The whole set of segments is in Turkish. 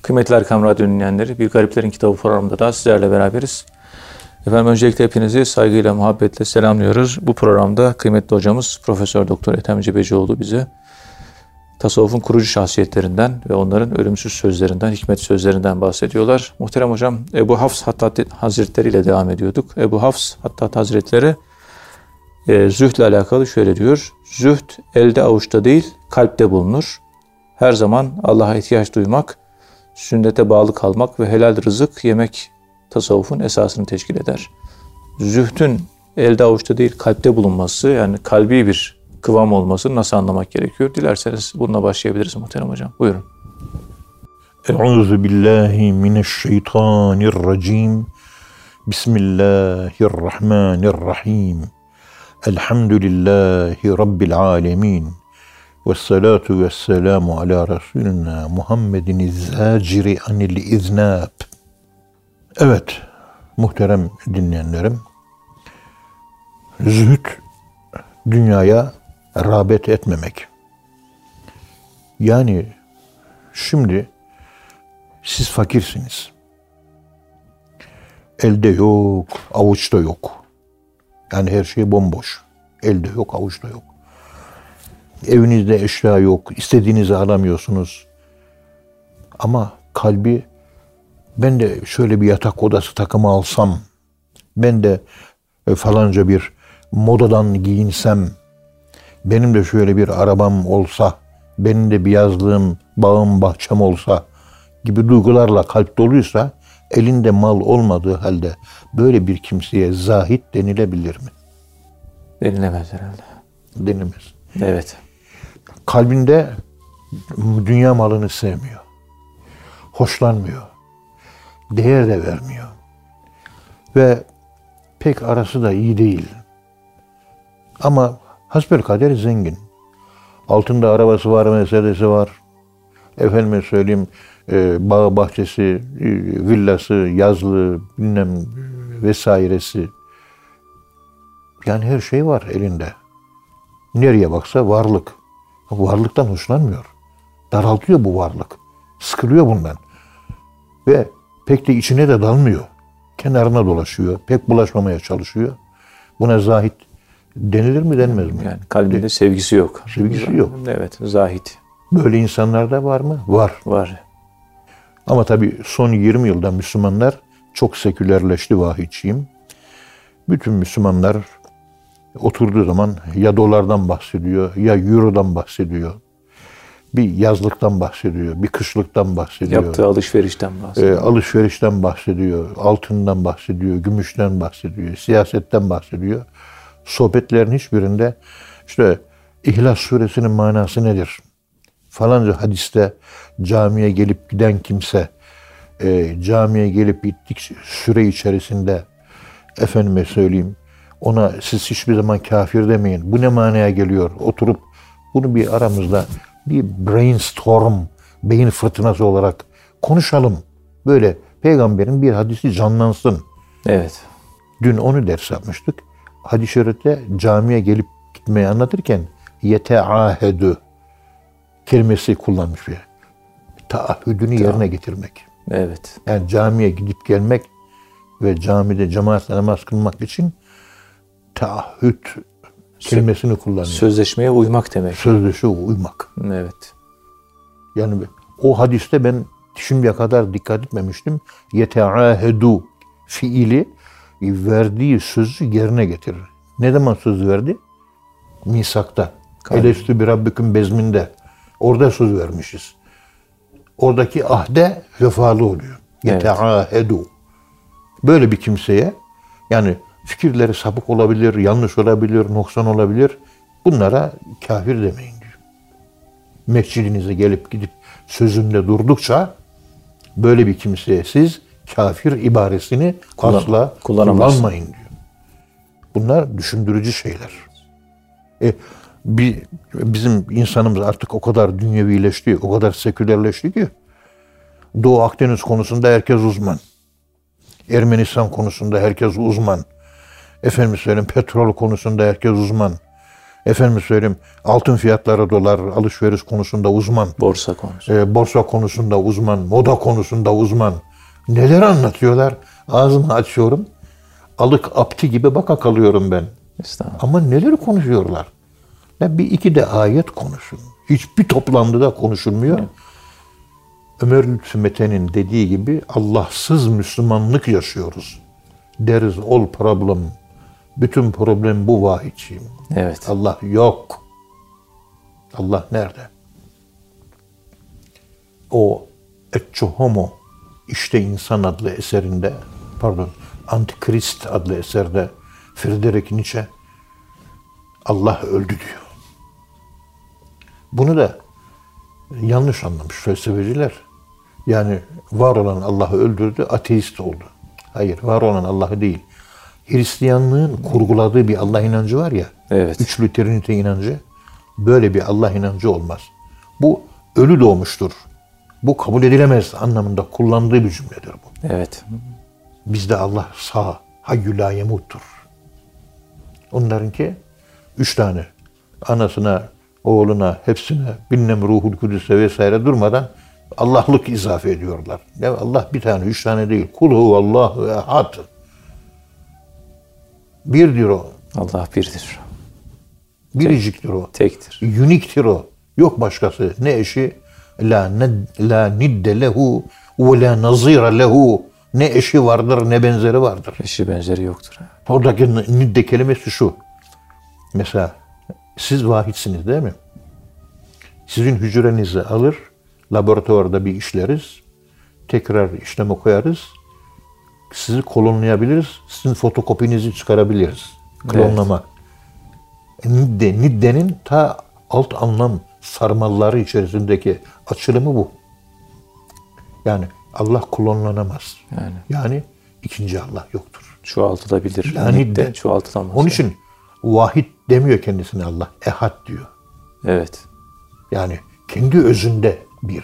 Kıymetli Erkam Radyo dinleyenleri, Bir Gariplerin Kitabı programında da sizlerle beraberiz. Efendim öncelikle hepinizi saygıyla, muhabbetle selamlıyoruz. Bu programda kıymetli hocamız Profesör Doktor Ethem Cebecioğlu bize tasavvufun kurucu şahsiyetlerinden ve onların ölümsüz sözlerinden, hikmet sözlerinden bahsediyorlar. Muhterem hocam, Ebu Hafs Hattat Hazretleri ile devam ediyorduk. Ebu Hafs Hattat Hazretleri zühdle alakalı şöyle diyor. Zühd elde avuçta değil, kalpte bulunur. Her zaman Allah'a ihtiyaç duymak, sünnete bağlı kalmak ve helal rızık yemek tasavvufun esasını teşkil eder. Zühdün elde avuçta değil, kalpte bulunması, yani kalbi bir kıvam olmasını nasıl anlamak gerekiyor? Dilerseniz bununla başlayabiliriz muhterem hocam. Buyurun. Euzu billahi mineşşeytanirracim. Bismillahirrahmanirrahim. Elhamdülillahi Rabbil alemin. Vessalatu vesselamu ala Resulina Muhammedin zaciri anil iznab. Evet, muhterem dinleyenlerim. Zühd, dünyaya rağbet etmemek. Yani şimdi siz fakirsiniz. Elde yok, avuçta yok. Yani her şey bomboş. Elde yok, avuçta yok. Evinizde eşya yok, istediğinizi alamıyorsunuz. Ama kalbi, ben de şöyle bir yatak odası takımı alsam, ben de falanca bir modadan giyinsem, benim de şöyle bir arabam olsa, benim de bir yazlığım, bağım, bahçem olsa gibi duygularla kalp doluysa, elinde mal olmadığı halde böyle bir kimseye zahid denilebilir mi? Denilemez herhalde. Denilmez. Evet. Kalbinde dünya malını sevmiyor. Hoşlanmıyor. Değer de vermiyor. Ve pek arası da iyi değil. Ama hasbelkader zengin. Altında arabası var, Mercedes'i var. Efendime söyleyeyim, bağı, bahçesi, villası, yazlığı, bilmem vesairesi. Yani her şey var elinde. Nereye baksa varlık. Varlıktan hoşlanmıyor. Daraltıyor bu varlık. Sıkılıyor bundan. Ve pek de içine de dalmıyor. Kenarına dolaşıyor. Pek bulaşmamaya çalışıyor. Buna zahid denilir mi denmez mi? Yani kalbinde sevgisi yok. Sevgisi yok. Evet, zahid. Böyle insanlar da var mı? Var. Var. Ama tabii son 20 yılda Müslümanlar çok sekülerleşti, vahidçiyim. Bütün Müslümanlar oturduğu zaman ya dolardan bahsediyor, ya eurodan bahsediyor. Bir yazlıktan bahsediyor, bir kışlıktan bahsediyor. Yaptığı alışverişten bahsediyor. Alışverişten bahsediyor, altından bahsediyor, gümüşten bahsediyor, siyasetten bahsediyor. Sohbetlerin hiçbirinde işte İhlas Suresinin manası nedir? Falanca hadiste camiye gelip giden kimse, camiye gelip gittik süre içerisinde, efendime söyleyeyim, ona siz hiçbir zaman kafir demeyin. Bu ne manaya geliyor? Oturup bunu bir aramızda bir brainstorm, beyin fırtınası olarak konuşalım. Böyle peygamberin bir hadisi canlansın. Evet. Dün onu ders yapmıştık. Hadis-i şerifte camiye gelip gitmeyi anlatırken yeteahedü kelimesi kullanmış bir. Taahhüdünü yerine getirmek. Evet. Yani camiye gidip gelmek ve camide cemaatle namaz kılmak için taahhüt kelimesini kullanıyor. Sözleşmeye uymak demek. Sözleşmeye uymak. Evet. Yani o hadiste ben şimdiye kadar dikkat etmemiştim. Yeteahedu fiili verdiği sözü yerine getirir. Ne zaman söz verdi? Misakta. Elestü bir Rabbiküm bezminde. Orada söz vermişiz. Oradaki ahde vefalı oluyor. Yeteahedu. Evet. Böyle bir kimseye, yani fikirleri sapık olabilir, yanlış olabilir, noksan olabilir. Bunlara kafir demeyin diyor. Mescidinize gelip gidip sözünde durdukça böyle bir kimseye siz kafir ibaresini asla kullanmayın diyor. Bunlar düşündürücü şeyler. Bizim insanımız artık o kadar dünyevileşti, o kadar sekülerleşti ki Doğu Akdeniz konusunda herkes uzman. Ermenistan konusunda herkes uzman. Efendim söyleyeyim, petrol konusunda herkes uzman. Efendim söyleyeyim, altın fiyatları, dolar, alışveriş konusunda uzman. Borsa konusu. Borsa konusunda uzman, moda konusunda uzman. Neler anlatıyorlar? Ağzımı açıyorum. Alık apti gibi baka kalıyorum ben. Ama neler konuşuyorlar? Ya bir iki de ayet konuşun. Hiçbir toplantıda konuşulmuyor. Evet. Ömer Lütfü Mete'nin dediği gibi Allahsız Müslümanlık yaşıyoruz. There is all problem. Bütün problem bu vahidciğim. Evet. Allah yok. Allah nerede? O Ecce Homo işte insan adlı eserinde, Antikrist adlı eserde Friedrich Nietzsche Allah öldü diyor. Bunu da yanlış anlamış felsefeciler. Yani var olan Allah'ı öldürdü, ateist oldu. Hayır, var olan Allah'ı değil. Hristiyanlığın kurguladığı bir Allah inancı var ya, evet. Üçlü Trinite inancı, böyle bir Allah inancı olmaz. Bu ölü doğmuştur. Bu kabul edilemez anlamında kullandığı bir cümledir bu. Evet. Bizde Allah sağ, hayyü la yemuttur. Onlarınki 3 tane. Anasına, oğluna, hepsine, bilmem ruhul kudüs'e vesaire durmadan Allah'lık izafe ediyorlar. Ya Allah bir tane, 3 tane değil. Kul huvallahu ehad. Bir diyor o. Allah birdir. Biriciktir o. Tektir. Uniktir o. Yok başkası. Ne eşi? La nidde lehu ve la nazira lehu. Ne eşi vardır ne benzeri vardır. Eşi benzeri yoktur. Oradaki nidde kelimesi şu. Mesela siz vahitsiniz değil mi? Sizin hücrenizi alır, laboratuvarda bir işleriz. Tekrar işleme koyarız. Sizi klonlayabiliriz. Sizin fotokopinizi çıkarabiliriz. Klonlama. Evet. Niddenin ta alt anlam sarmalları içerisindeki açılımı bu. Yani Allah klonlanamaz. Yani ikinci Allah yoktur. Çoğaltılabilir. Nidde çoğaltılamaz. Onun için vahid demiyor kendisine Allah. Ehad diyor. Evet. Yani kendi özünde bir.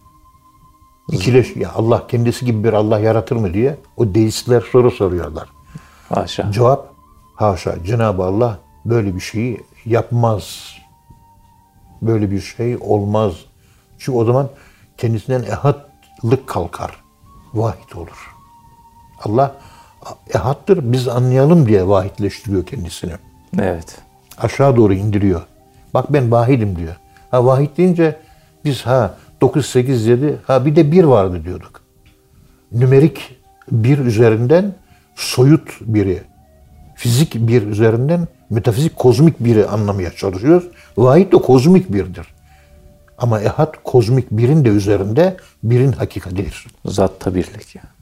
Ya Allah kendisi gibi bir Allah yaratır mı diye o deistler soru soruyorlar. Haşa. Cevap haşa. Cenab-ı Allah böyle bir şeyi yapmaz. Böyle bir şey olmaz. Çünkü o zaman kendisinden ehadlık kalkar. Vahid olur. Allah ehattır, biz anlayalım diye vahidleştiriyor kendisini. Evet. Aşağı doğru indiriyor. Bak ben vahidim diyor. Vahid deyince biz 9, 8, 7 bir de 1 vardı diyorduk. Nümerik 1 üzerinden soyut biri, fizik 1 üzerinden metafizik kozmik 1'i anlamaya çalışıyoruz. Vahid de kozmik 1'dir. Ama ehad kozmik 1'in de üzerinde 1'in hakikatidir. Zatta birlik yani.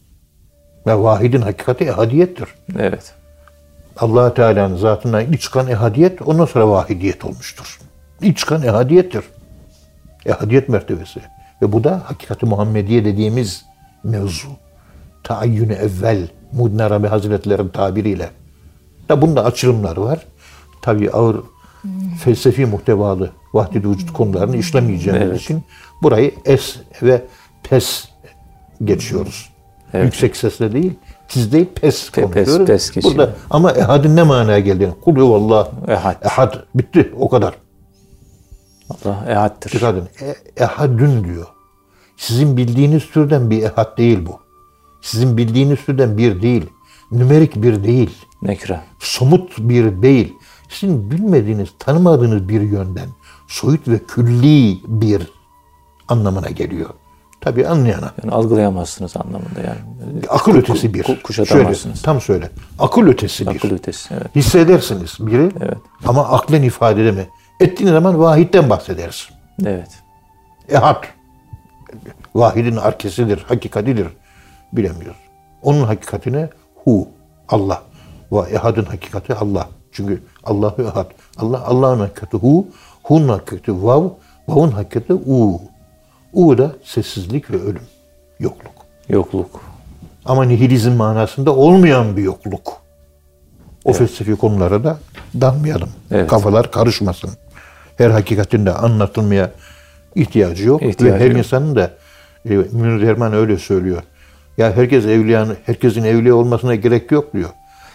Ve vahidin hakikati ehadiyettir. Evet. Allah Teala'nın zatından ilk çıkan ehadiyet ondan sonra vahidiyet olmuştur. İlk çıkan ehadiyettir. Ehadiyet mertebesi. Ve bu da hakikati Muhammediye dediğimiz mevzu. Taayyün-i evvel Muhyiddin Arabi Hazretleri'nin tabiriyle. Da bunda açılımları var. Tabii ağır felsefi muhtevalı vahdet-i vücut konularını işlemeyeceğimiz için burayı es ve pes geçiyoruz. Evet. Yüksek sesle değil, tiz değil, pes konuşuyoruz. Pes burada ama ehadin ne manaya geldiğini. Kul huvallah. Ehad. Bitti. O kadar. Allah ehaddir. Dikkat edin. Ehadün diyor. Sizin bildiğiniz türden bir ehad değil bu. Sizin bildiğiniz türden bir değil. Nümerik bir değil. Nekre. Somut bir değil. Sizin bilmediğiniz, tanımadığınız bir yönden soyut ve külli bir anlamına geliyor. Tabii anlayana. Yani algılayamazsınız anlamında yani. Akıl ötesi bir. Kuşatamazsınız. Tam söyle. Akıl ötesi bir. Akıl ötesi, evet. Hissedersiniz biri ama aklen ifade edeme. Ettiğiniz zaman vahitten bahsederiz. Evet. Ehad. Vahidin arkesidir, hakikatidir. Bilemiyoruz. Onun hakikatine hu, Allah. Ve ehadın hakikati Allah. Çünkü Allahu ehad. Allah'ın hakikati hu, hu'nun hakikati vav, vav'un hakikati u. U da sessizlik ve ölüm. Yokluk. Yokluk. Ama nihilizm manasında olmayan bir yokluk. O felsefi konulara da dalmayalım. Evet. Kafalar karışmasın. Her hakikatin de anlatılmaya ihtiyacı yok. Ve her insanın da Münir Derman öyle söylüyor. Ya herkesin evliya olmasına gerek yok diyor.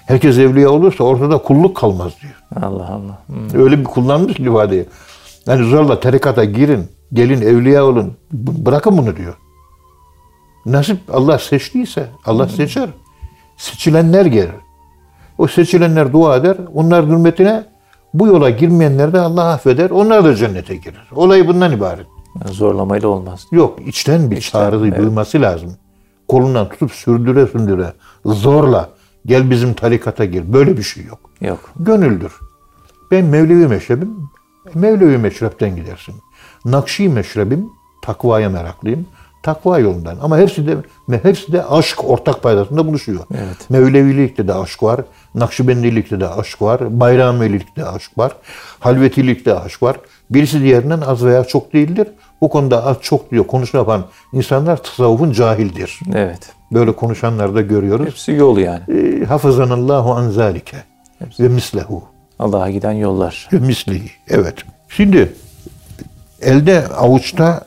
Herkes evliya olursa ortada kulluk kalmaz diyor. Allah Allah. Öyle bir kullanmış ifadeyi. Yani zorla tarikata girin, gelin evliya olun. Bırakın bunu diyor. Nasip Allah seçtiyse Allah seçer. Seçilenler gelir. O seçilenler dua eder. Onların hürmetine bu yola girmeyenler de Allah affeder. Onlar da cennete girer. Olay bundan ibaret. Yani zorlamayla olmaz. Yok, içten bir çağrıyı duyması lazım. Kolundan tutup sürdüre sürdüre, zorla gel bizim tarikata gir. Böyle bir şey yok. Yok. Gönüldür. Ben Mevlevi meşrebim. Mevlevi meşrepten gidersin. Nakşi meşrebim. Takvaya meraklıyım. Takva yolundan. Ama hepsi de aşk ortak paydasında buluşuyor. Evet. Mevlevilikte de aşk var. Nakşibendilikte de aşk var. Bayramilikte de aşk var. Halvetilikte de aşk var. Birisi diğerinden az veya çok değildir. Bu konuda az çok diyor konuşma yapan insanlar tasavvufun cahildir. Evet. Böyle konuşanları da görüyoruz. Hepsi yol yani. Hafızanallahu an zalike ve mislehu. Allah'a giden yollar. Ve mislihi. Evet. Şimdi elde avuçta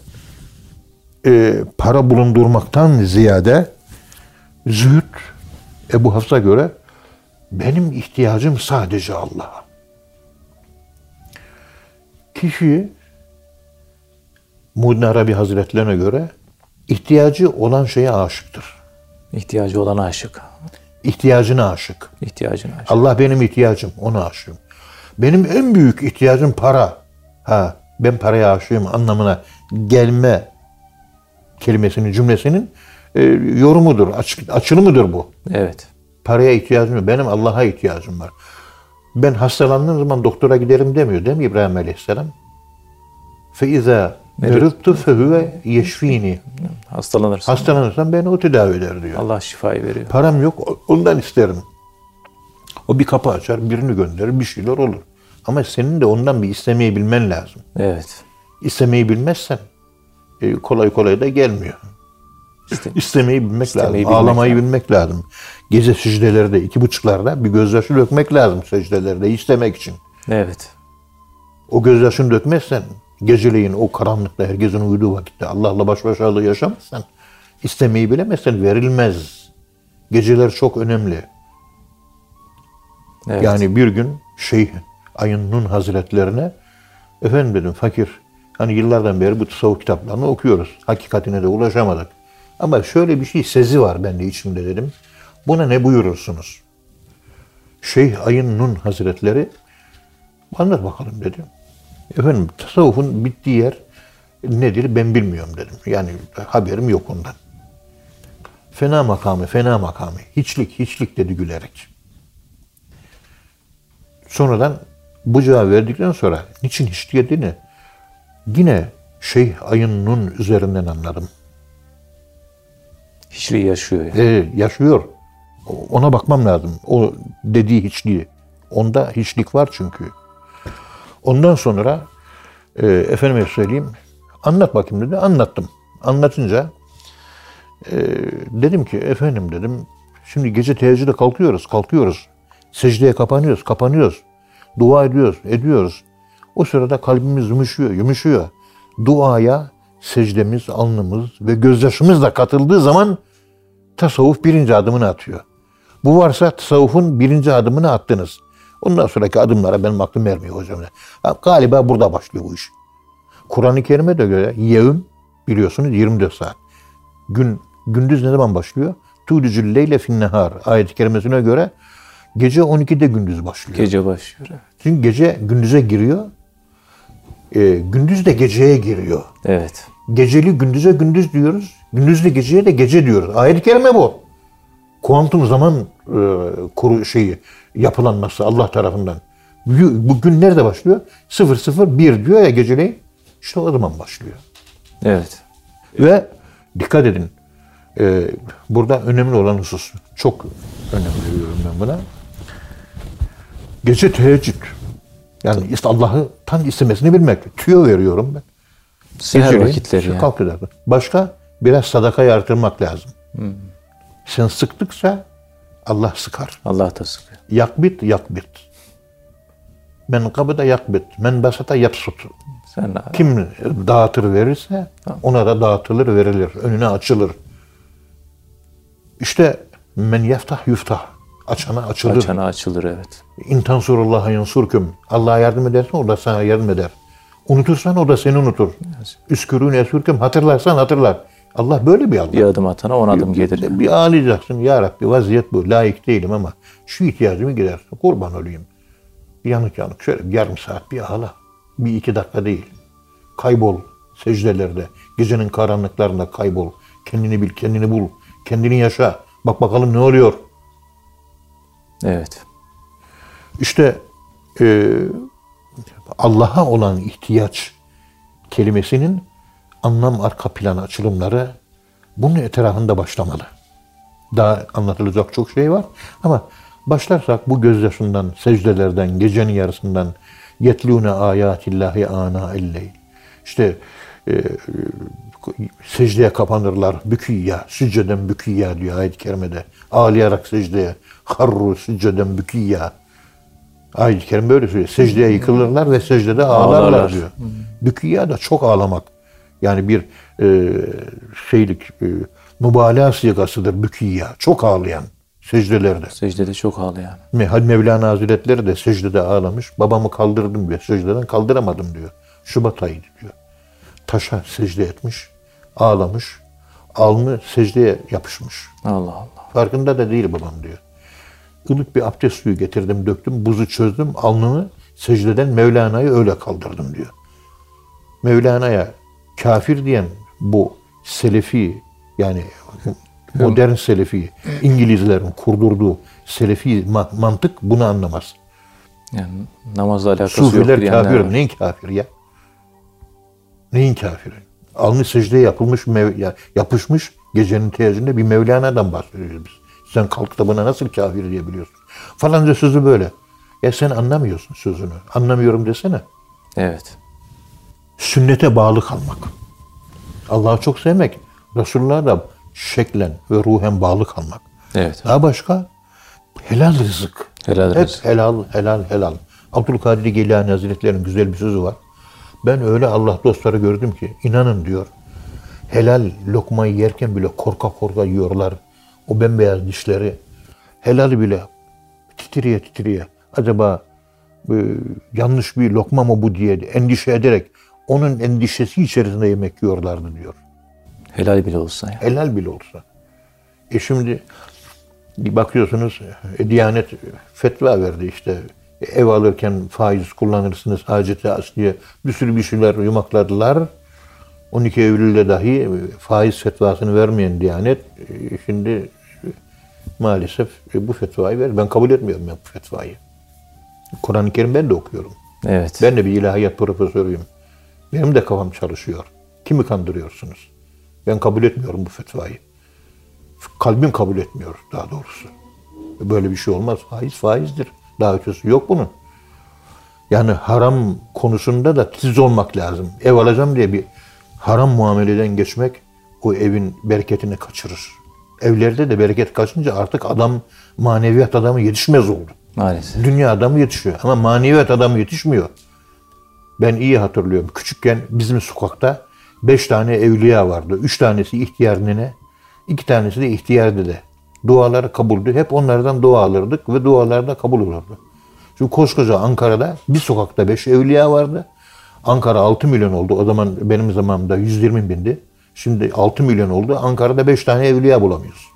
para bulundurmaktan ziyade zühd Ebu Hafs'a göre benim ihtiyacım sadece Allah'a. Kişi Muhyiddin Arabi Hazretlerine göre ihtiyacı olan şeye aşıktır. İhtiyacı olan aşık. İhtiyacına aşık. İhtiyacına aşık. Allah benim ihtiyacım, ona aşığım. Benim en büyük ihtiyacım para. Ben paraya aşığım anlamına gelme kelimesinin, cümlesinin yorumudur, açılımıdır bu. Evet. Paraya ihtiyacım yok. Benim Allah'a ihtiyacım var. Ben hastalandığım zaman doktora giderim demiyor değil mi İbrahim Aleyhisselam? فَاِذَا مَرِضْتُ فَهُوَ يَشْف۪ينِ Hastalanırsam beni o tedavi eder diyor. Allah şifayı veriyor. Param yok, ondan isterim. O bir kapı açar, birini gönderir, bir şeyler olur. Ama senin de ondan bir istemeyi bilmen lazım. Evet. İstemeyi bilmezsen kolay kolay da gelmiyor. İstemeyi bilmek lazım. Ağlamayı bilmek lazım. Gece secdelerde 2.30'larda bir gözyaşı dökmek lazım secdelerde istemek için. Evet. O gözyaşını dökmezsen geceleyin o karanlıkta herkesin uyuduğu vakitte Allah'la baş başalığı yaşamazsan istemeyi bilemezsen verilmez. Geceler çok önemli. Evet. Yani bir gün Şeyh Ayın Nun Hazretlerine efendim dedim fakir hani yıllardan beri bu tasavvuf kitaplarını okuyoruz. Hakikatine de ulaşamadık. Ama şöyle bir şey sezi var bende içimde dedim. Buna ne buyurursunuz? Şeyh Ayın Nun Hazretleri anlat bakalım dedi. Efendim tasavvufun bittiği yer nedir ben bilmiyorum dedim. Yani haberim yok ondan. Fena makamı. Hiçlik dedi gülerek. Sonradan bu cevabı verdikten sonra niçin hiç dediğini yine Şeyh Ayın Nun üzerinden anladım. Hiçliği yaşıyor yani. Yaşıyor. Ona bakmam lazım. O dediği hiçliği. Onda hiçlik var çünkü. Ondan sonra efendime söyleyeyim anlat bakayım dedi. Anlattım. Anlatınca dedim ki efendim dedim şimdi gece teheccüde kalkıyoruz. Secdeye kapanıyoruz. Dua ediyoruz. O sırada kalbimiz yumuşuyor. Duaya secdemiz, alnımız ve gözyaşımız da katıldığı zaman tasavvuf birinci adımını atıyor. Bu varsa tasavvufun birinci adımını attınız. Ondan sonraki adımlara benim aklım ermiyor hocam. Galiba burada başlıyor bu iş. Kur'an-ı Kerim'e de göre yevm biliyorsunuz 24 saat. Gündüz ne zaman başlıyor? Tulicül leyle finnehar ayet-i kerimesine göre gece 12'de gündüz başlıyor. Gece başlıyor. Evet. Çünkü gece gündüze giriyor. Gündüz de geceye giriyor. Evet. Geceli gündüze gündüz diyoruz. Gündüzlü geceye de gece diyoruz. Ayet-i kerime bu. Kuantum zaman yapılanması Allah tarafından. Bu gün nerede başlıyor? 00:01 diyor ya geceleyin. İşte o zaman başlıyor. Evet. Ve dikkat edin. Burada önemli olan husus. Çok önem veriyorum ben buna. Gece teheccüd. Yani Allah'ı tam istemesini bilmek. Tüyo veriyorum ben. Seher vakitleri yani. Kalk edersin. Başka biraz sadakayı artırmak lazım. Sen sıktıkça Allah sıkar. Allah da sıkıyor. Yakbit. Men kabıda yakbit. Men basata yapsut. Kim dağıtır verirse ona da dağıtılır verilir. Önüne açılır. İşte men yaftah yuftah. Açana açılır. Açana açılır, evet. İn tansurullaha yansurkum. Allah'a yardım edersen o da sana yardım eder. Unutursan o da seni unutur. Üskürün esürküm. Hatırlarsan hatırlar. Allah böyle bir Allah. Bir adım atana 10 adım gelir. Bir ağlayacaksın. Ya Rabbi vaziyet bu. Layık değilim ama şu ihtiyacımı gidersin. Kurban olayım. Yanık yanık şöyle bir yarım saat bir ağla. Bir iki dakika değil. Kaybol secdelerde. Gecenin karanlıklarında kaybol. Kendini bil, kendini bul. Kendini yaşa. Bak bakalım ne oluyor. Evet. İşte Allah'a olan ihtiyaç kelimesinin anlam arka plan açılımları bunun etrafında başlamalı. Daha anlatılacak çok şey var ama başlarsak bu gözyaşından, secdelerden, gecenin yarısından yetlûne âyâtillâhi âna elleyl. İşte secdeye kapanırlar. Bükiyya, sücceden bükiyya diyor ayet-i kerimede. Ağlayarak secdeye. Harru sücceden bükiyya. Ayet-i kerime böyle söylüyor. Secdeye yıkılırlar ve secdede ağlarlar diyor. Bükiyya da çok ağlamak. Yani bir mübalağa sigasıdır bükiyya. Çok ağlayan secdelerde. Secdede çok ağlayan. Mevlana Hazretleri de secdede ağlamış. Babamı kaldırdım diyor. Secdeden kaldıramadım diyor. Şubat ayıydı diyor. Taşa secde etmiş. Ağlamış. Alnı secdeye yapışmış. Allah Allah. Farkında da değil babam diyor. Ilık bir abdest suyu getirdim, döktüm, buzu çözdüm. Alnını secdeden Mevlana'yı öyle kaldırdım diyor. Mevlana'ya kafir diyen bu Selefi, yani modern Selefi, İngilizlerin kurdurduğu Selefi mantık bunu anlamaz. Yani namazla alakası yok Sufiler diyenler kafir. var. Neyin kafir ya? Neyin kafiri? Alnı secdeye yapışmış gecenin teyazzünde bir Mevlana'dan bahsediyoruz biz. Sen kalkıp da buna nasıl kafir diyebiliyorsun? Falanca sözü böyle. Ya sen anlamıyorsun sözünü. Anlamıyorum desene. Evet. Sünnete bağlı kalmak. Allah'ı çok sevmek. Resulullah'a da şeklen ve ruhen bağlı kalmak. Evet. Daha başka helal rızık. Helal Hep rızık. helal, helal, helal. Abdülkadir Geylani Hazretleri'nin güzel bir sözü var. Ben öyle Allah dostları gördüm ki inanın diyor. Helal lokmayı yerken bile korka korka yiyorlar. O bembeyaz dişleri. Helal bile titriye titriye. Acaba yanlış bir lokma mı bu diye endişe ederek onun endişesi içerisinde yemek yiyorlardı diyor. Helal bile olsa ya. Helal bile olsa. Şimdi bakıyorsunuz Diyanet fetva verdi işte. Ev alırken faiz kullanırsınız, haceti asliye bir sürü bir şeyler yumakladılar. 12 Eylül'de dahi faiz fetvasını vermeyen Diyanet şimdi maalesef bu fetvayı ver. Ben kabul etmiyorum bu fetvayı. Kur'an-ı Kerim ben de okuyorum. Evet. Ben de bir ilahiyat profesörüyüm. Benim de kafam çalışıyor. Kimi kandırıyorsunuz? Ben kabul etmiyorum bu fetvayı. Kalbim kabul etmiyor daha doğrusu. Böyle bir şey olmaz. Faiz faizdir. Daha ötesi yok bunun. Yani haram konusunda da titiz olmak lazım. Ev alacağım diye bir haram muameleden geçmek o evin bereketini kaçırır. Evlerde de bereket kaçınca artık adam maneviyat adamı yetişmez oldu. Maalesef. Dünya adamı yetişiyor ama maneviyat adamı yetişmiyor. Ben iyi hatırlıyorum. Küçükken bizim sokakta 5 tane evliya vardı. 3 tanesi ihtiyar nene, 2 tanesi de ihtiyar dede. Duaları kabuldü. Hep onlardan dua alırdık ve dualar da kabul olurdu. Şimdi koskoca Ankara'da bir sokakta 5 evliya vardı. Ankara 6 milyon oldu. O zaman benim zamanımda 120 bindi. Şimdi 6 milyon oldu. Ankara'da 5 tane evliya bulamıyoruz.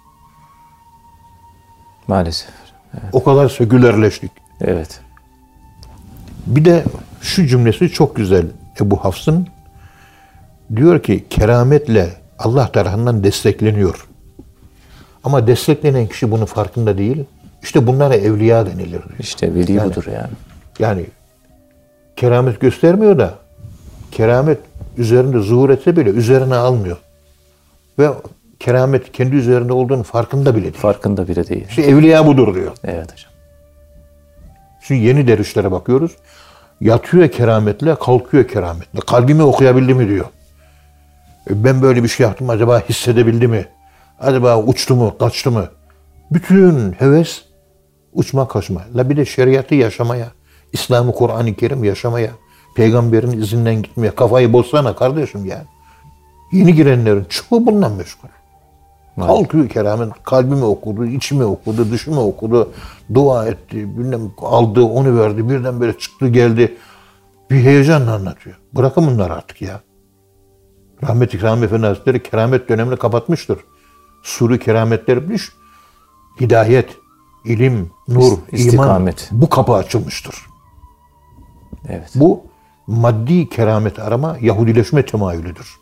Maalesef. Evet. O kadar sekülerleştik. Evet. Bir de şu cümlesi çok güzel Ebu Hafs'ın. Diyor ki kerametle Allah tarafından destekleniyor. Ama desteklenen kişi bunun farkında değil. İşte bunlara evliya denilir diyor. İşte veli budur yani. Yani keramet göstermiyor da keramet üzerinde zuhur etse bile üzerine almıyor. Ve keramet kendi üzerinde olduğunu farkında bile değil. Farkında bile değil. İşte evliya budur diyor. Evet hocam. Şimdi yeni dervişlere bakıyoruz. Yatıyor kerametle, kalkıyor kerametle. Kalbimi okuyabildi mi diyor. Ben böyle bir şey yaptım, acaba hissedebildi mi? Acaba uçtu mu, kaçtı mı? Bütün heves uçma kaçma. La bir de şeriatı yaşamaya, İslam'ı Kur'an-ı Kerim yaşamaya, peygamberin izinden gitmeye. Kafayı bozsana kardeşim ya. Yeni girenlerin çoğu bundan meşgul. Kalkıyor keramet. Kalbimi okudu, içimi okudu, dışımı okudu. Dua etti, bilmem aldı, onu verdi. Birdenbire çıktı geldi. Bir heyecanla anlatıyor. Bırakın bunları artık ya. Rahmetli İkram Efendi Hazretleri keramet dönemini kapatmıştır. Suru kerametler bilmiş. Hidayet, ilim, nur, İstikamet. iman. Bu kapı açılmıştır. Evet. Bu maddi keramet arama Yahudileşme temayülüdür.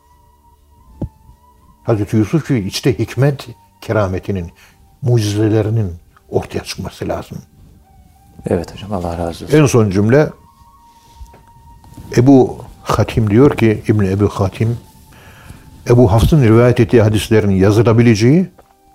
Hazreti Yusuf gibi içte hikmet kerametinin, mucizelerinin ortaya çıkması lazım. Evet hocam, Allah razı olsun. En son cümle Ebu Hatim diyor ki, İbn-i Ebu Hatim, Ebu Hafs'ın rivayet ettiği hadislerin yazılabileceği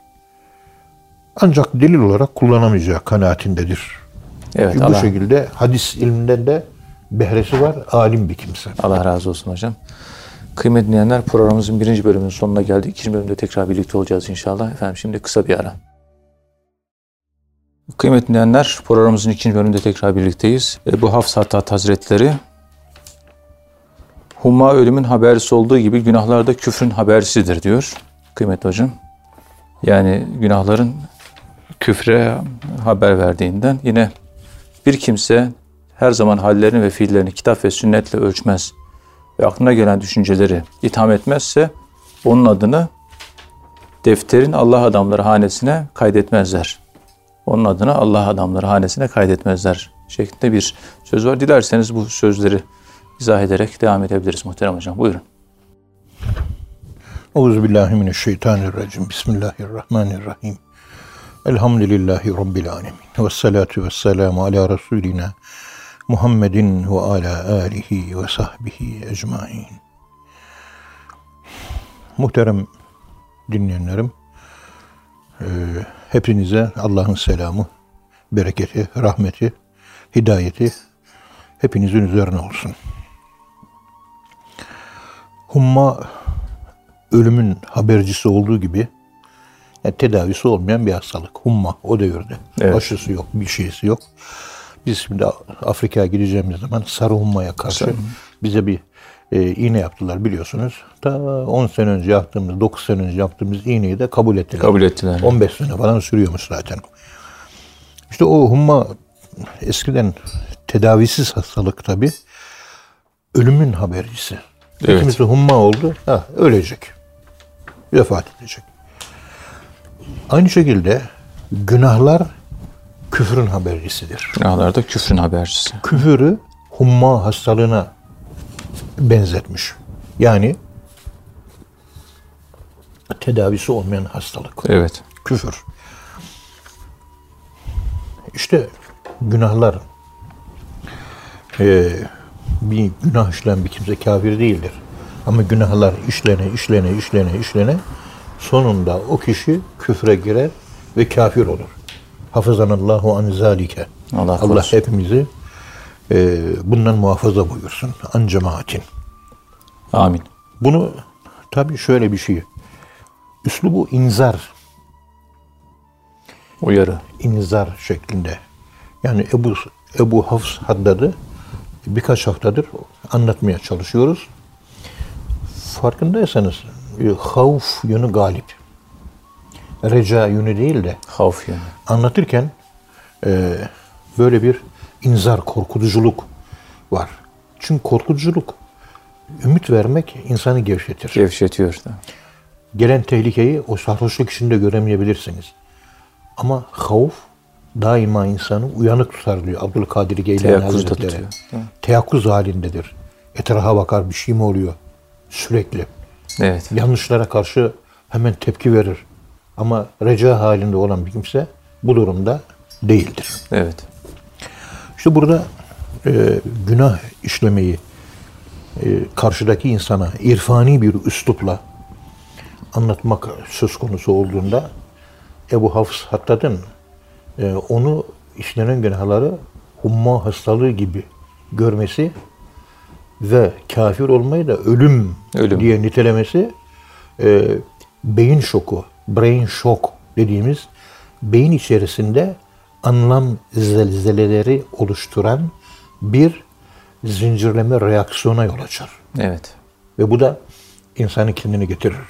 ancak delil olarak kullanamayacağı kanaatindedir. Evet, Bu şekilde hadis ilminden de behresi var, alim bir kimse. Allah razı olsun hocam. Kıymetli dinleyenler, programımızın 1. bölümünün sonuna geldik. 2. bölümde tekrar birlikte olacağız inşallah. Efendim şimdi kısa bir ara. Kıymetli dinleyenler, programımızın 2. bölümünde tekrar birlikteyiz. Ebu Hafs Hattat Hazretleri, humma ölümün habercisi olduğu gibi günahlar da küfrün habercisidir diyor. Kıymetli hocam. Yani günahların küfre haber verdiğinden, yine bir kimse her zaman hallerini ve fiillerini kitap ve sünnetle ölçmez ve aklına gelen düşünceleri itham etmezse onun adını defterin Allah adamları hanesine kaydetmezler. Onun adını Allah adamları hanesine kaydetmezler şeklinde bir söz var. Dilerseniz bu sözleri izah ederek devam edebiliriz muhterem hocam. Buyurun. Euzubillahimineşşeytanirracim. Bismillahirrahmanirrahim. Elhamdülillahi Rabbil alemin. Vessalatu vesselamu ala Resulina Muhammedin ve ala alihi ve sahbihi ecmain. Muhterem dinleyenlerim, hepinize Allah'ın selamı, bereketi, rahmeti, hidayeti hepinizin üzerine olsun. Humma ölümün habercisi olduğu gibi tedavisi olmayan bir hastalık. Humma o devirde. Evet. Aşısı yok, bir şeysi yok. Biz şimdi Afrika'ya gideceğimiz zaman sarı hummaya karşı bize bir iğne yaptılar biliyorsunuz. Ta 10 sene önce yaptığımız, 9 sene önce yaptığımız iğneyi de kabul ettiler. Kabul ettiler. 15 sene falan sürüyormuş zaten. İşte o humma eskiden tedavisiz hastalık tabii. Ölümün habercisi. Evet. Kimisi humma oldu, ölecek. Vefat edecek. Aynı şekilde günahlar küfrün habercisidir. Günahlar da küfrün habercisi. Küfürü humma hastalığına benzetmiş. Yani tedavisi olmayan hastalık. Evet. Küfür. İşte günahlar, bir günah işleyen bir kimse kafir değildir. Ama günahlar işlene sonunda o kişi küfre girer ve kafir olur. Hafızanallahu an zalike. Allah hepimizi bundan muhafaza buyursun. An cemaatin. Amin. Bunu tabii şöyle bir şey. Üslubu inzar. Uyarı. İnzar şeklinde. Yani Ebu Hafs Haddad'ı birkaç haftadır anlatmaya çalışıyoruz. Farkındaysanız havf yönü galip. Reca yönü değil de Havf yönü. Anlatırken böyle bir inzar, korkutuculuk var. Çünkü korkutuculuk, ümit vermek insanı gevşetir. Gevşetiyor da. Gelen tehlikeyi o sarhoşluk içinde göremeyebilirsiniz. Ama havf daima insanı uyanık tutar diyor Abdülkadir Geylani Hazretleri. Teyakkuz halindedir. Etrafa bakar, bir şey mi oluyor? Sürekli. Evet. Yanlışlara karşı hemen tepki verir. Ama reca halinde olan bir kimse bu durumda değildir. Evet. İşte burada günah işlemeyi karşıdaki insana irfani bir üslupla anlatmak söz konusu olduğunda Ebu Hafs Haddad'ın onu işlenen günahları humma hastalığı gibi görmesi ve kafir olmayı da ölüm diye nitelemesi beyin şoku, brain shock dediğimiz beyin içerisinde anlam zelzeleleri oluşturan bir zincirleme reaksiyona yol açar. Evet. Ve bu da insanı kendine getirir.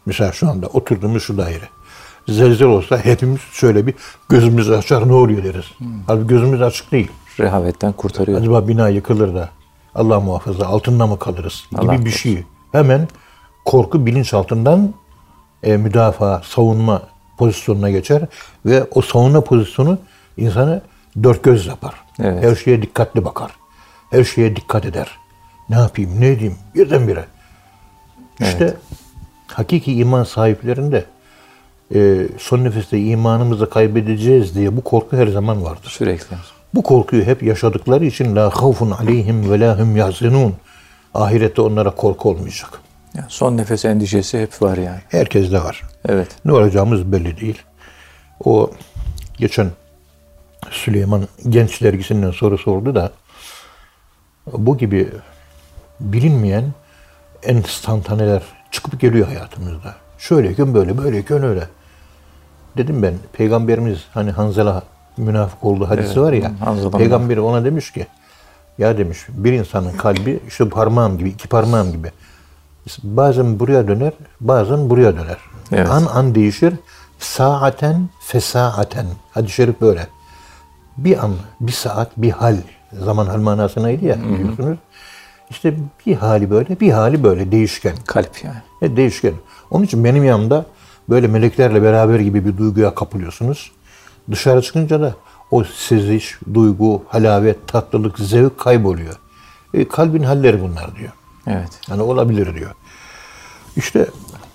Mesela şu anda oturduğumuz şu daire. Zelzel olsa hepimiz şöyle bir gözümüzü açar, ne oluyor deriz. Halbuki gözümüz açık değil. Rehavetten kurtarıyor. Acaba bina yıkılır da Allah muhafaza altında mı kalırız gibi Allah bir korusun. şey. Hemen korku bilinçaltından müdafaa, savunma pozisyonuna geçer ve o savunma pozisyonu insanı dört göz yapar. Evet. Her şeye dikkatli bakar. Her şeye dikkat eder. Ne yapayım, ne edeyim birdenbire. İşte hakiki iman sahiplerinde son nefeste imanımızı kaybedeceğiz diye bu korku her zaman vardır. Sürekli. Bu korkuyu hep yaşadıkları için la havfun aleyhim ve la hum yahzenun. Ahirette onlara korku olmayacak. Yani son nefes endişesi hep var yani. Herkeste var. Evet. Ne olacağımız belli değil. O geçen Süleyman Genç dergisinden soru sordu da bu gibi bilinmeyen enstantaneler çıkıp geliyor hayatımızda. Şöyleyken böyle, böyleyken öyle. Dedim ben, Peygamberimiz hani Hanzala münafık olduğu hadisi var ya, Peygamber ona demiş ki, ya demiş, bir insanın kalbi işte parmağım gibi, iki parmağım gibi. Bazen buraya döner, bazen buraya döner. Evet. An değişir. Saaten fesaaten. Hadis-i şerif böyle. Bir an, bir saat, bir hal. Zaman hal manasınaydı ya biliyorsunuz. İşte bir hali böyle, bir hali böyle değişken. Kalp yani. Değişken. Onun için benim yanımda böyle meleklerle beraber gibi bir duyguya kapılıyorsunuz. Dışarı çıkınca da o seziş, duygu, halavet, tatlılık, zevk kayboluyor. Kalbin halleri bunlar diyor. Evet. Yani olabilir diyor. İşte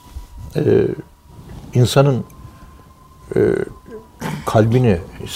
insanın kalbini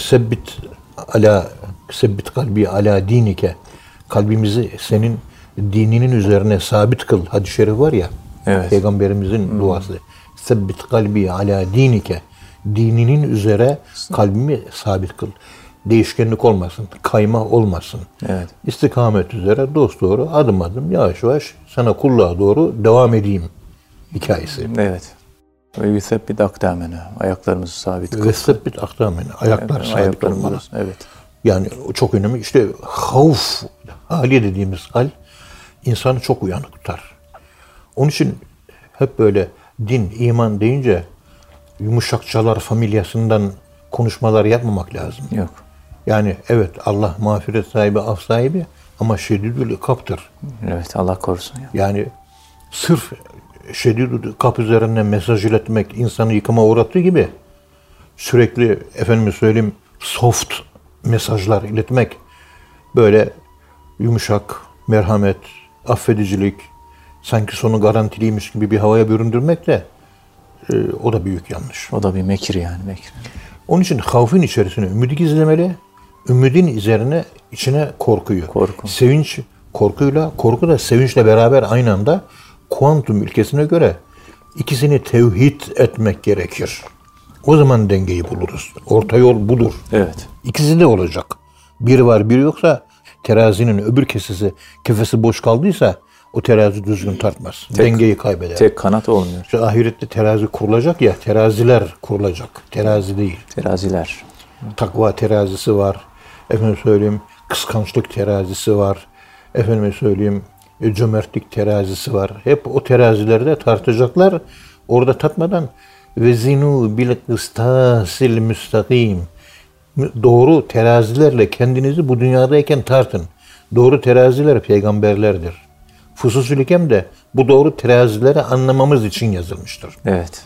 sebbit kalbi ala dinike, kalbimizi senin dininin üzerine sabit kıl. Hadis-i şerif var ya. Evet. Peygamberimizin duası. Sebbit kalbi ala dinike, dininin üzere kalbimi sabit kıl. Değişkenlik olmasın, kayma olmasın. Evet. İstikamet üzere dosdoğru adım adım yavaş yavaş sana kulluğa doğru devam edeyim hikayesi. Evet. Ve yüsebbit akdamene. Ayaklarımızı sabit kıl. Ve sebbit akdamene. Ayaklar sabit olmalı. Evet. Yani o çok önemli. İşte havf hali dediğimiz hal insanı çok uyanık tutar. Onun için hep böyle din, iman deyince yumuşakçalar familyasından konuşmalar yapmamak lazım. Yok. Yani evet Allah mağfiret sahibi, af sahibi ama şedidül ikaptır. Evet, Allah korusun ya. Yani sırf şedidül ikap üzerinden mesaj iletmek insanı yıkıma uğrattığı gibi sürekli efendime söyleyeyim soft mesajlar iletmek, böyle yumuşak, merhamet, affedicilik, sanki sonu garantiliymiş gibi bir havaya büründürmek de o da büyük yanlış. O da bir mekir yani, mekir. Onun için havfin içerisine ümidi gizlemeli, ümidin üzerine içine korkuyu. Korku. Sevinç korkuyla, korku da sevinçle beraber aynı anda kuantum ilkesine göre ikisini tevhid etmek gerekir. O zaman dengeyi buluruz. Orta yol budur. Evet. İkisi de olacak. Biri var, biri yoksa terazinin öbür kefesi boş kaldıysa o terazi düzgün tartmaz. Dengeyi kaybeder. Tek kanat olmuyor. İşte ahirette terazi kurulacak ya, teraziler kurulacak. Terazi değil. Teraziler. Takva terazisi var. Efendim söyleyeyim, kıskançlık terazisi var. Efendim söyleyeyim, cömertlik terazisi var. Hep o terazilerde tartacaklar. Orada tatmadan vezinu bil kıstasil müstakim. Doğru terazilerle kendinizi bu dünyadayken tartın. Doğru teraziler peygamberlerdir. Fusus-ül Hikem de bu doğru terazileri anlamamız için yazılmıştır. Evet.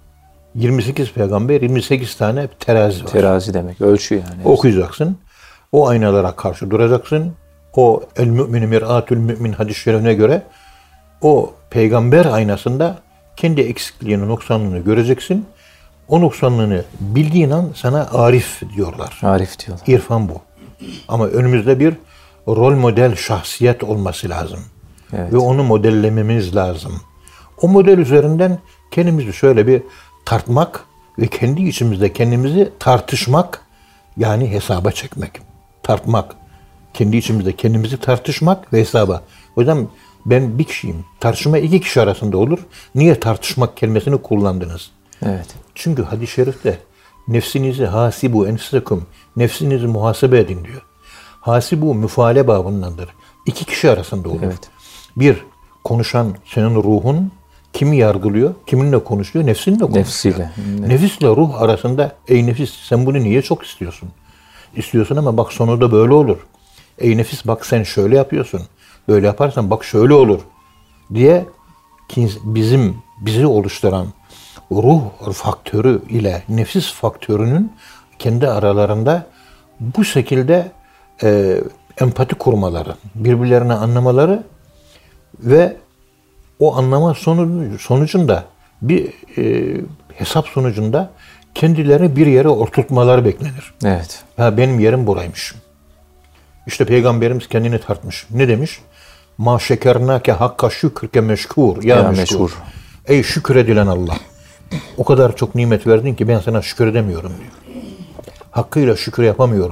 28 peygamber, 28 tane terazi var. Terazi demek, ölçü yani. Okuyacaksın. O aynalara karşı duracaksın. O el mü'minu mir'atül mü'min hadis-i şerifine göre o peygamber aynasında kendi eksikliğini, noksanlığını göreceksin. O noksanlığını bildiğin an sana arif diyorlar. Arif diyorlar. İrfan bu. Ama önümüzde bir rol model şahsiyet olması lazım. Evet. Ve onu modellememiz lazım. O model üzerinden kendimizi şöyle bir tartmak ve kendi içimizde kendimizi tartışmak, yani hesaba çekmek. Tartmak. Kendi içimizde kendimizi tartışmak ve hesaba. O yüzden ben bir kişiyim. Tartışma iki kişi arasında olur. Niye tartışmak kelimesini kullandınız? Evet. Çünkü hadis-i şerifte nefsinizi hasibu enfusekum, nefsinizi muhasebe edin diyor. Hasibu müfaale babındandır. İki kişi arasında olur. Evet. Bir, konuşan senin ruhun, kimi yargılıyor? Kiminle konuşuyor? Nefsinle konuşuyor. Nefsiyle. Nefisle ruh arasında ey nefis sen bunu niye çok istiyorsun? İstiyorsun ama bak sonu da böyle olur. Ey nefis bak sen şöyle yapıyorsun. Böyle yaparsan bak şöyle olur diye bizi oluşturan ruh faktörü ile nefis faktörünün kendi aralarında bu şekilde empati kurmaları, birbirlerini anlamaları ve o anlama sonucunda bir hesap sonucunda kendilerini bir yere oturtmaları beklenir. Evet. Ha, benim yerim buraymış. İşte Peygamberimiz kendini tartmış. Ne demiş? Ma şekernake hakka şükrke meşkur. Ya meşkur. Ey şükredilen Allah. O kadar çok nimet verdin ki ben sana şükür edemiyorum diyor. Hakkıyla şükür yapamıyorum.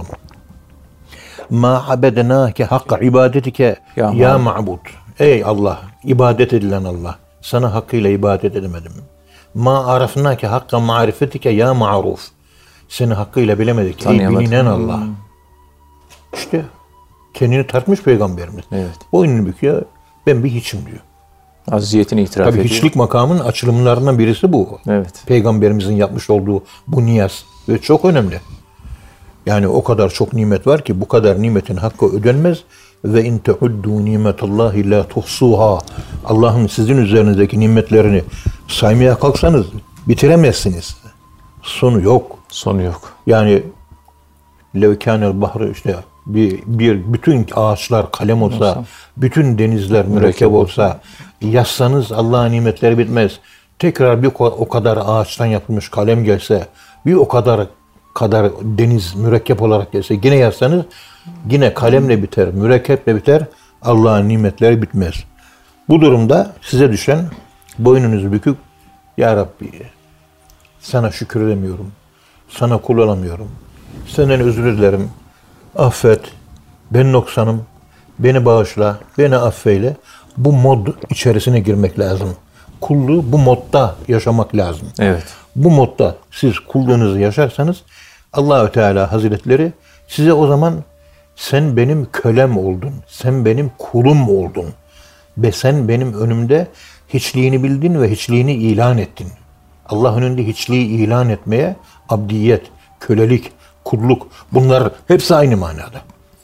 Ma abedenake hakka ibadetike ya ma'bud. Ey Allah, ibadet edilen Allah. Sana hakkıyla ibadet edemedim. Ma arafnake hakka marifetike ya ma'ruf. Seni hakkıyla bilemedik. Ey bilinen Allah. İşte kendini tartmış Peygamberimiz. Evet. Boynunu büküyor. Ben bir hiçim diyor. Aziyetini itiraf ediyor. Hiçlik makamının açılımlarından birisi bu. Evet. Peygamberimizin yapmış olduğu bu niyaz. Ve çok önemli. Yani o kadar çok nimet var ki bu kadar nimetin hakkı ödenmez. Ve in tehuddu nimetallahi la tuhsuha. Allah'ın sizin üzerinizdeki nimetlerini saymaya kalksanız bitiremezsiniz. Sonu yok. Sonu yok. Yani levkânel bahri işte bütün ağaçlar kalem olsa, bütün denizler mürekkep olsa, yazsanız Allah'ın nimetleri bitmez. Tekrar o kadar ağaçtan yapılmış kalem gelse, bir o kadar deniz mürekkep olarak gelse, yine yazsanız yine kalemle biter, mürekkeple biter, Allah'ın nimetleri bitmez. Bu durumda size düşen boynunuzu büküp Ya Rabbi sana şükür edemiyorum, sana kul olamıyorum, senden özür dilerim, affet, ben noksanım, beni bağışla, beni affeyle. Bu mod içerisine girmek lazım. Kulluğu bu modda yaşamak lazım. Evet. Bu modda siz kulluğunuzu yaşarsanız Allah-u Teala Hazretleri size o zaman sen benim kölem oldun, sen benim kulum oldun ve sen benim önümde hiçliğini bildin ve hiçliğini ilan ettin. Allah önünde hiçliği ilan etmeye abdiyet, kölelik, kulluk bunlar hepsi aynı manada.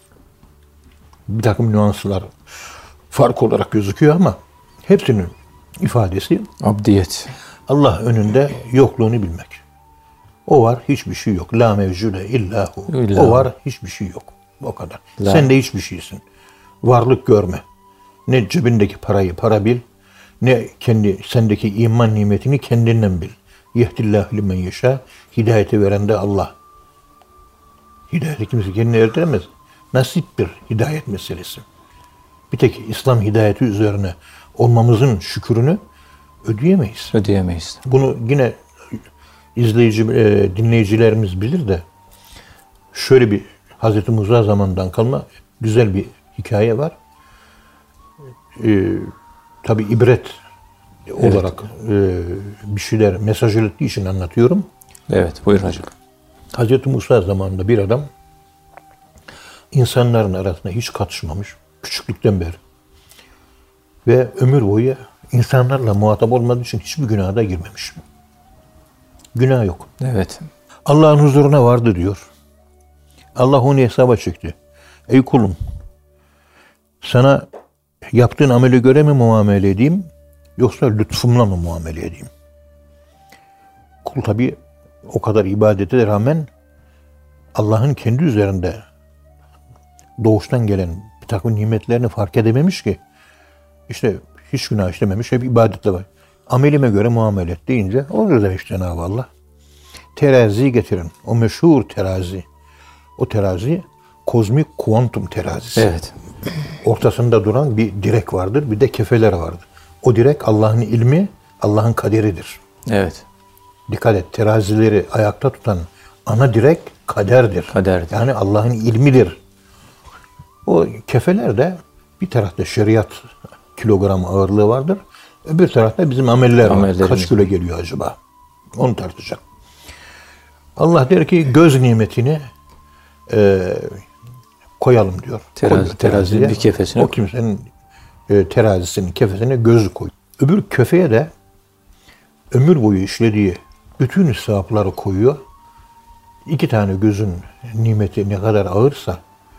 Bir takım nüanslar fark olarak gözüküyor ama hepsinin ifadesi abdiyet. Allah önünde yokluğunu bilmek. O var, hiçbir şey yok. La mevcude illahu. O var, hiçbir şey yok. O kadar. Sen de hiçbir şeysin. Varlık görme. Ne cebindeki parayı para bil, ne sendeki iman nimetini kendinden bil. Yehdillahu limen yeşâ. Hidayeti veren de Allah. Hidayeti kimse kendine erdiremez. Nasip bir hidayet meselesi. Bir tek İslam hidayeti üzerine olmamızın şükrünü ödeyemeyiz. Ödeyemeyiz. Bunu yine dinleyicilerimiz bilir de şöyle bir Hazreti Musa zamanından kalma güzel bir hikaye var. Tabi ibret olarak bir şeyler mesaj ilettiği için anlatıyorum. Evet, buyur hocam. Hazreti Musa zamanında bir adam insanların arasında hiç katışmamış küçüklükten beri ve ömür boyu insanlarla muhatap olmadığı için hiçbir günaha da girmemiş. Günah yok. Evet. Allah'ın huzuruna vardı diyor. Allah onu hesaba çekti. Ey kulum, sana yaptığın amele göre mi muamele edeyim, yoksa lütfumla mı muamele edeyim? Kul tabi o kadar ibadete rağmen Allah'ın kendi üzerinde doğuştan gelen bir takım nimetlerini fark edememiş ki. İşte hiç günah işlememiş, hep ibadetle var. Amelime göre muamele et deyince olur demiş Cenab-ı Allah. Terazi getirin. O meşhur terazi. O terazi kozmik kuantum terazisi. Evet. Ortasında duran bir direk vardır, bir de kefeler vardır. O direk Allah'ın ilmi, Allah'ın kaderidir. Evet. Dikkat et, terazileri ayakta tutan ana direk kaderdir. Kaderdir. Yani Allah'ın ilmidir. O kefeler de bir tarafta şeriat kilogram ağırlığı vardır. Öbür tarafta bizim ameller var. Kaç kilo geliyor acaba? Onu tartacak. Allah der ki göz nimetini koyalım diyor. Terazinin bir kefesine. O kimsenin terazisinin kefesine gözü koy. Öbür köfeye de ömür boyu işlediği bütün sevapları koyuyor. 2 tane gözün nimeti ne kadar ağırsa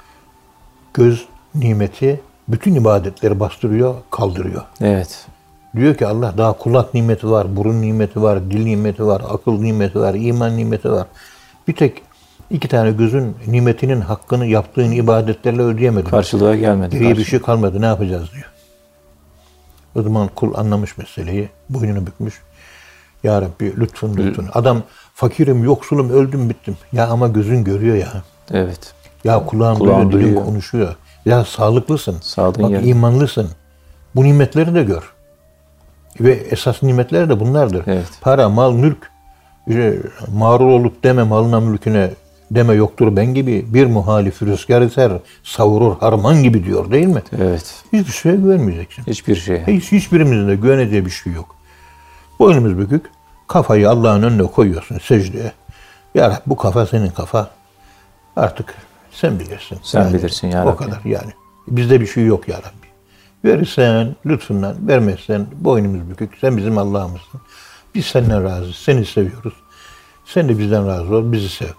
göz nimeti bütün ibadetleri bastırıyor, kaldırıyor. Evet. Diyor ki Allah daha kulak nimeti var, burun nimeti var, dil nimeti var, akıl nimeti var, iman nimeti var. Bir tek 2 tane gözün nimetinin hakkını yaptığın ibadetlerle ödeyemedim. Karşılığa gelmedi. Geriye bir şey kalmadı, ne yapacağız diyor. O zaman kul anlamış meseleyi, boynunu bükmüş. Ya Rabbi lütfun lütfun. Adam fakirim, yoksulum, öldüm, bittim. Ya ama gözün görüyor ya. Evet. Ya kulağın duyuyor, dilin konuşuyor. Ya sağlıklısın. Bak imanlısın. Bu nimetleri de gör. Ve esas nimetler de bunlardır. Evet. Para, mal, mülk. Mağrur olup deme malına mülküne deme yoktur ben gibi bir muhalif rüzgar eser savurur harman gibi diyor değil mi? Evet. Hiçbir şeye güvenmeyeceksin. Hiçbir şey. Hiçbirimizin de güveneceği bir şey yok. Boynumuz bükük. Kafayı Allah'ın önüne koyuyorsun secdeye. Ya Rabbi bu kafa senin kafa. Artık sen bilirsin. Sen bilirsin ya Rabbi. O kadar yani. Bizde bir şey yok ya Rabbi. Verirsen lütfundan, vermezsen boynumuz bükük. Sen bizim Allah'ımızsın. Biz senden razıyız. Seni seviyoruz. Sen de bizden razı ol. Bizi sev.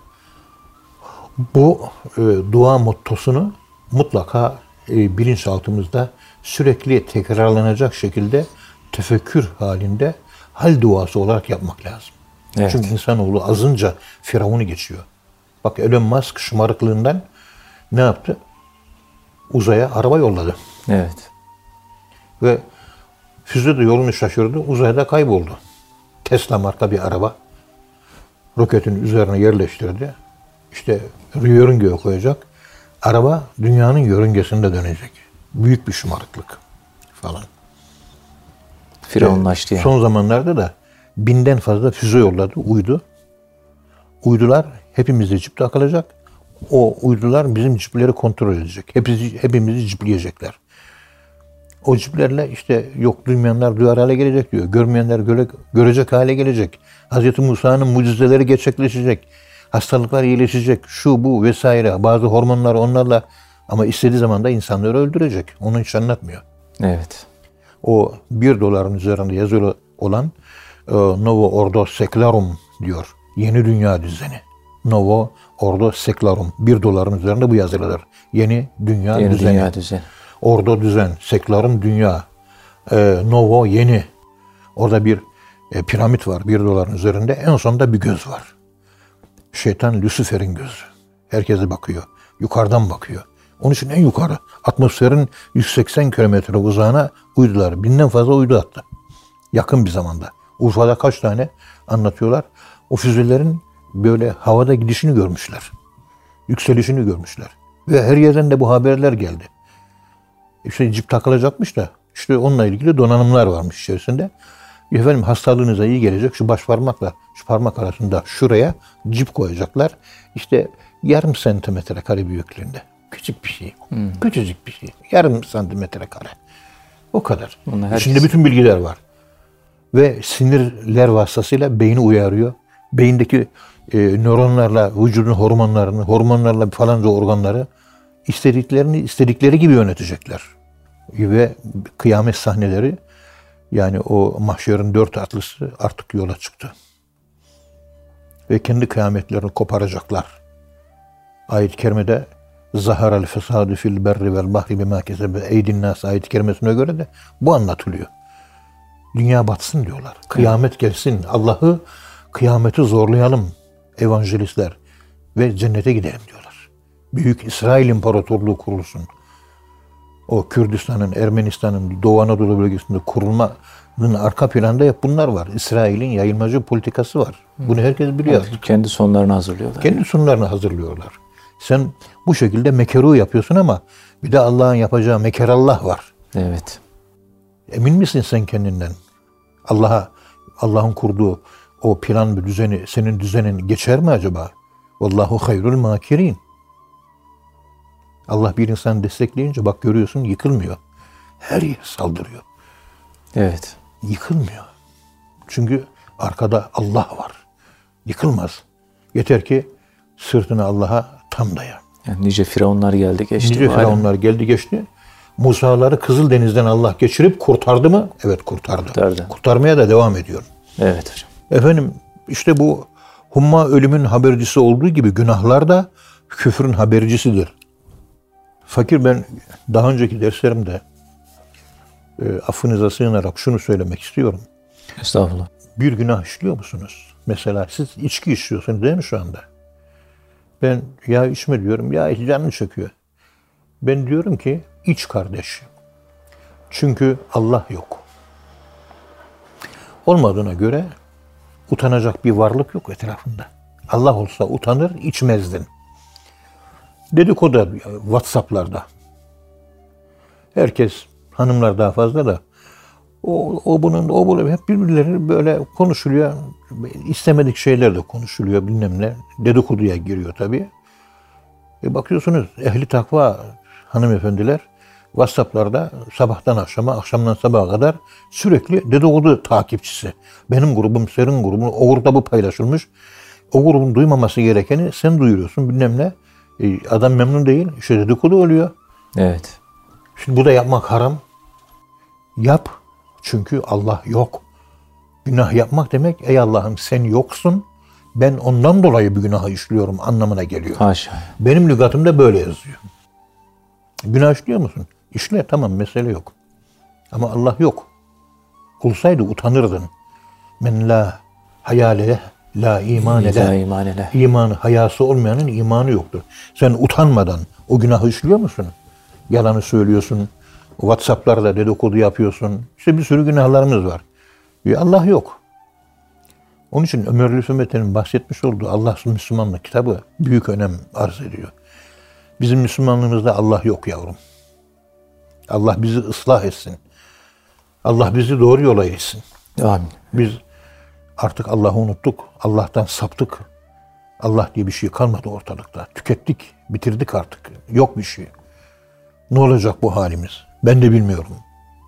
Bu dua mottosunu mutlaka bilinçaltımızda sürekli tekrarlanacak şekilde tefekkür halinde hal duası olarak yapmak lazım. Evet. Çünkü insanoğlu azınca Firavun'u geçiyor. Bak Elon Musk şımarıklığından ne yaptı? Uzaya araba yolladı. Evet. Ve füze de yolunu şaşırdı. Uzayda kayboldu. Tesla marka bir araba. Roketin üzerine yerleştirdi. İşte yörüngeye koyacak. Araba dünyanın yörüngesinde dönecek. Büyük bir şımarıklık falan. Firavunlaştı yani. Son zamanlarda da 1000'den fazla füze yolladı, uydu. Uydular hepimizde cip takılacak. O uydular bizim cipleri kontrol edecek. Hepimizi cipleyecekler. O ciplerle işte yok duymayanlar duyar hale gelecek diyor. Görmeyenler görecek hale gelecek. Hz. Musa'nın mucizeleri gerçekleşecek. Hastalıklar iyileşecek. Şu bu vesaire. Bazı hormonlar onlarla ama istediği zaman da insanları öldürecek. Onu hiç anlatmıyor. Evet. O $1 üzerinde yazılı olan Novo Ordo Seclorum diyor. Yeni dünya düzeni. Novo Ordo Seclorum. $1 üzerinde bu yazılıdır. Yeni dünya düzeni. Dünya düzeni. Ordo düzen, Seclorum dünya. Novo yeni. Orada bir piramit var $1 üzerinde. En sonunda bir göz var. Şeytan Lucifer'in gözü. Herkese bakıyor. Yukarıdan bakıyor. Onun için en yukarı atmosferin 180 kilometre uzağına uydular. 1000'den fazla uydu attı. Yakın bir zamanda. Urfa'da kaç tane anlatıyorlar. O füzelerin böyle havada gidişini görmüşler. Yükselişini görmüşler. Ve her yerden de bu haberler geldi. İşte cip takılacakmış da işte onunla ilgili donanımlar varmış içerisinde. Efendim hastalığınıza iyi gelecek şu baş parmakla şu parmak arasında şuraya cip koyacaklar. İşte yarım santimetre kare büyüklüğünde. Küçük bir şey. Küçücük bir şey. Yarım santimetre kare. O kadar. İçinde bütün bilgiler var. Ve sinirler vasıtasıyla beyni uyarıyor. Beyindeki nöronlarla vücudun hormonlarla falanca organları istedikleri gibi yönetecekler. Ve kıyamet sahneleri yani o mahşerin 4 atlısı artık yola çıktı. Ve kendi kıyametlerini koparacaklar. Ayet-i kerimede Zaharal fesadu fil berri vel bahri bima kesebe eydin nas ayet-i kerimesine göre de bu anlatılıyor. Dünya batsın diyorlar. Kıyamet gelsin. Allah'ı kıyameti zorlayalım evangelistler ve cennete gidelim diyorlar. Büyük İsrail İmparatorluğu kurulsun. O Kürdistan'ın, Ermenistan'ın, Doğu Anadolu bölgesinde kurulmanın arka planda hep bunlar var. İsrail'in yayılmacı politikası var. Bunu herkes biliyor. Evet, kendi sonlarını hazırlıyorlar. Kendi sonlarını hazırlıyorlar. Sen bu şekilde mekeru yapıyorsun ama bir de Allah'ın yapacağı mekerallah var. Evet. Emin misin sen kendinden? Allah'ın kurduğu o plan bir düzeni, senin düzenin geçer mi acaba? Vallahu hayrul makirin. Allah bir insanı destekleyince bak görüyorsun yıkılmıyor. Her yer saldırıyor. Evet. Yıkılmıyor. Çünkü arkada Allah var. Yıkılmaz. Yeter ki sırtını Allah'a tam daya. Yani nice firavunlar geldi geçti. Nice firavunlar geldi geçti. Musa'ları Kızıldeniz'den Allah geçirip kurtardı mı? Evet kurtardı. Kurtarmaya da devam ediyor. Evet hocam. Efendim işte bu humma ölümün habercisi olduğu gibi günahlar da küfrün habercisidir. Fakir, ben daha önceki derslerimde affınıza sığınarak şunu söylemek istiyorum. Estağfurullah. Bir günah işliyor musunuz? Mesela siz içki içiyorsunuz değil mi şu anda? Ben ya içme diyorum, ya canını çekiyor. Ben diyorum ki iç kardeş. Çünkü Allah yok. Olmadığına göre utanacak bir varlık yok etrafında. Allah olsa utanır, içmezdin. Dedikodu WhatsApp'larda. Herkes, hanımlar daha fazla da o bunun hep birbirleri böyle konuşuluyor. İstemedik şeyler de konuşuluyor, bilmem ne. Dedikoduya giriyor tabii. Bakıyorsunuz ehli takva hanımefendiler WhatsApp'larda sabahtan akşama, akşamdan sabaha kadar sürekli dedikodu takipçisi. Benim grubum, senin grubun, o grupta bu paylaşılmış. O grubun duymaması gerekeni sen duyuruyorsun, bilmem ne. Adam memnun değil, işte dedikodu oluyor. Evet. Şimdi bu da yapmak haram. Yap, çünkü Allah yok. Günah yapmak demek, ey Allah'ım sen yoksun, ben ondan dolayı bir günahı işliyorum anlamına geliyor. Haşa. Benim lügatımda böyle yazıyor. Günah işliyor musun? İşle, tamam, mesele yok. Ama Allah yok. Olsaydı utanırdın. Men la hayale la imane La le. imane le. İmanı, hayası olmayanın imanı yoktur. Sen utanmadan o günahı işliyor musun? Yalanı söylüyorsun. WhatsApp'larda dedikodu yapıyorsun. İşte bir sürü günahlarımız var. Allah yok. Onun için Ömer Lüfemet'in bahsetmiş olduğu Allah'sız Müslümanlık kitabı büyük önem arz ediyor. Bizim Müslümanlığımızda Allah yok yavrum. Allah bizi ıslah etsin. Allah bizi doğru yola etsin. Amin. Biz artık Allah'ı unuttuk. Allah'tan saptık. Allah diye bir şey kalmadı ortalıkta. Tükettik, bitirdik artık. Yok bir şey. Ne olacak bu halimiz? Ben de bilmiyorum.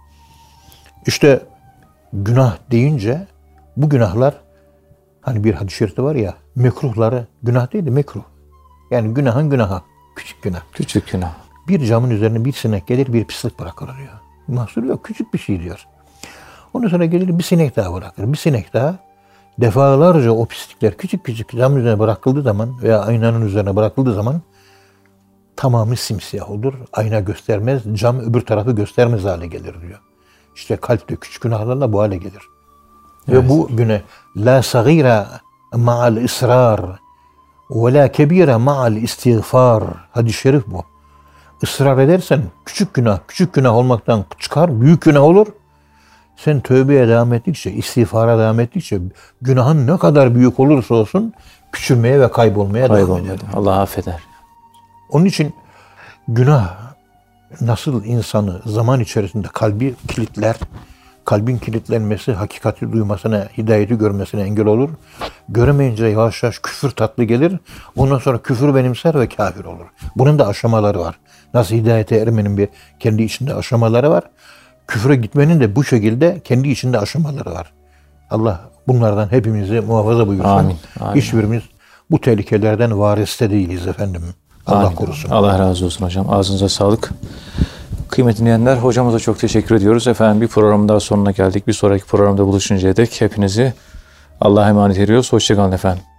İşte günah deyince bu günahlar, hani bir hadis-i şerifte var ya, mekruhları, günah değil de mekruh. Yani günahın günahı, küçük günah. Küçük günah. Bir camın üzerine bir sinek gelir, bir pislik bırakır diyor. Mahsur yok, küçük bir şey diyor. Ondan sonra gelir bir sinek daha bırakır. Bir sinek daha, defalarca o pislikler küçük küçük camın üzerine bırakıldığı zaman veya aynanın üzerine bırakıldığı zaman tamamı simsiyah olur. Ayna göstermez, cam öbür tarafı göstermez hale gelir diyor. İşte kalp de küçük günahlarla bu hale gelir. Evet. Ve bu güne la sagira ma'al ısrar ve la kebire ma'al istiğfar. Hadis-i şerif bu. Israr edersen küçük günah olmaktan çıkar, büyük günah olur. Sen tövbeye devam ettikçe, istiğfara devam ettikçe günahın ne kadar büyük olursa olsun küçülmeye ve kaybolmaya devam eder. Allah affeder. Onun için günah nasıl insanı zaman içerisinde kalbi kilitler, kalbin kilitlenmesi hakikati duymasına, hidayeti görmesine engel olur. Göremeyince yavaş yavaş küfür tatlı gelir. Ondan sonra küfür benimser ve kafir olur. Bunun da aşamaları var. Nasıl hidayete ermenin bir kendi içinde aşamaları var. Küfre gitmenin de bu şekilde kendi içinde aşamaları var. Allah bunlardan hepimizi muhafaza buyursun. Amin. Amin. Hiçbirimiz bu tehlikelerden variste değiliz efendim. Allah Amin. korusun. Allah razı olsun hocam. Ağzınıza sağlık. Kıymetli dinleyenler, hocamıza çok teşekkür ediyoruz. Efendim bir programın daha sonuna geldik. Bir sonraki programda buluşuncaya dek hepinizi Allah'a emanet ediyoruz. Hoşçakalın efendim.